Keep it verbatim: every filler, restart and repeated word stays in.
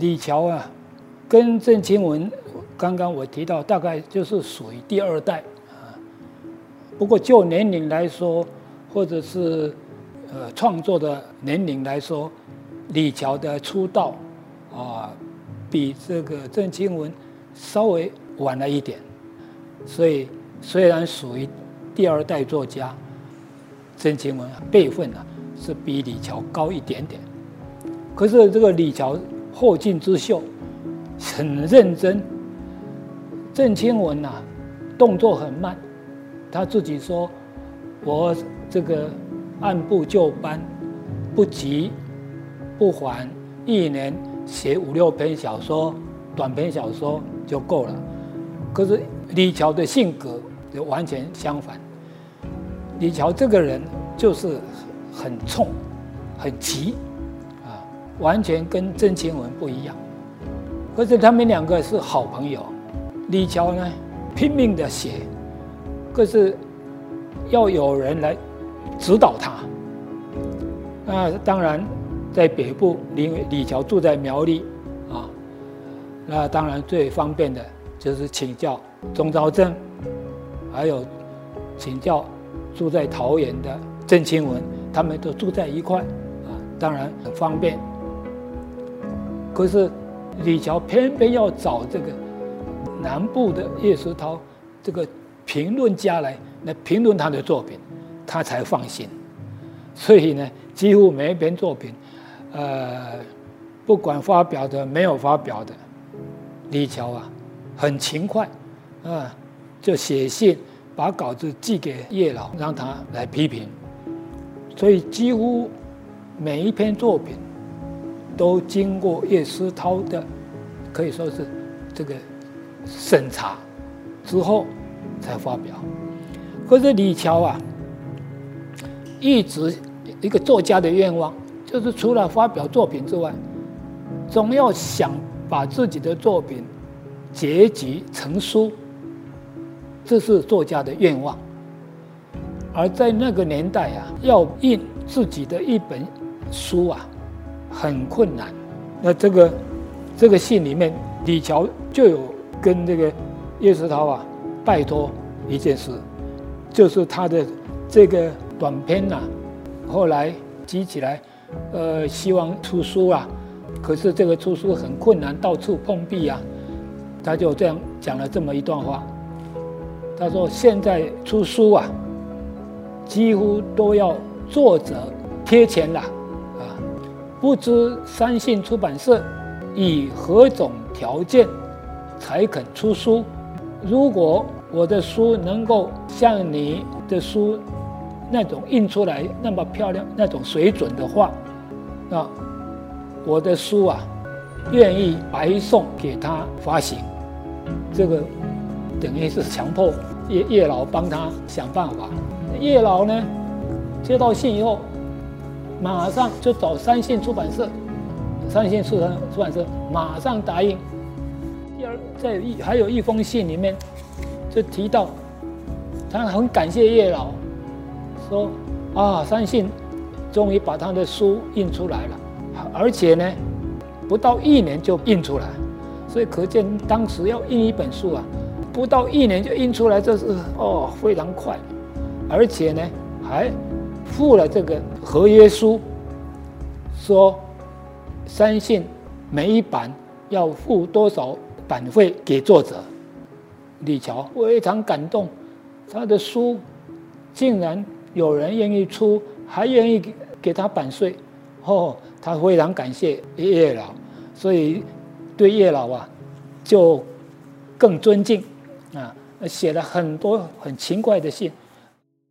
李峤啊，跟郑清文，刚刚我提到，大概就是属于第二代啊。不过就年龄来说，或者是呃创作的年龄来说，李峤的出道啊，比这个郑清文稍微晚了一点，所以虽然属于第二代作家，郑清文辈分啊是比李峤高一点点，可是这个李峤后进之秀，很认真。郑清文啊，动作很慢，他自己说：“我这个按部就班，不急不缓，一年写五六篇小说、短篇小说就够了。”可是李峤的性格就完全相反。李峤这个人就是很冲、很急啊，完全跟郑清文不一样。可是他们两个是好朋友。李峤呢，拼命的写，可是要有人来指导他。那当然，在北部，李李峤住在苗栗啊，那当然最方便的就是请教钟昭正，还有请教住在桃园的郑清文，他们都住在一块啊，当然很方便。可是李峤偏偏要找这个南部的叶石涛这个评论家来来评论他的作品，他才放心。所以呢，几乎每一篇作品，呃，不管发表的没有发表的，李峤啊很勤快啊，就写信把稿子寄给叶老，让他来批评。所以几乎每一篇作品都经过叶石涛的，可以说是这个审查之后才发表。可是李峤啊，一直一个作家的愿望，就是除了发表作品之外，总要想把自己的作品结集成书，这是作家的愿望。而在那个年代啊，要印自己的一本书啊，很困难。那这个这个信里面，李峤就有跟这个叶石涛啊拜托一件事，就是他的这个短篇呐、啊，后来集起来，呃，希望出书啊，可是这个出书很困难，到处碰壁啊。他就这样讲了这么一段话，他说：“现在出书啊，几乎都要作者贴钱了啊，不知三信出版社以何种条件才肯出书？如果我的书能够像你的书那种印出来那么漂亮，那种水准的话，那我的书啊，愿意白送给他发行。”这个等于是强迫叶叶老帮他想办法。叶老呢，接到信以后，马上就找三信出版社，三信出版出版社马上答应。第二，在一还有一封信里面，就提到他很感谢叶老，说啊，三信终于把他的书印出来了，而且呢，不到一年就印出来，所以可见当时要印一本书啊，不到一年就印出来，这是哦非常快，而且呢还附了这个合约书，说三信每一版要付多少版费给作者。李峤非常感动，他的书竟然有人愿意出，还愿意给他版税，哦，他非常感谢叶老，所以对叶老啊就更尊敬啊，写了很多很勤快的信。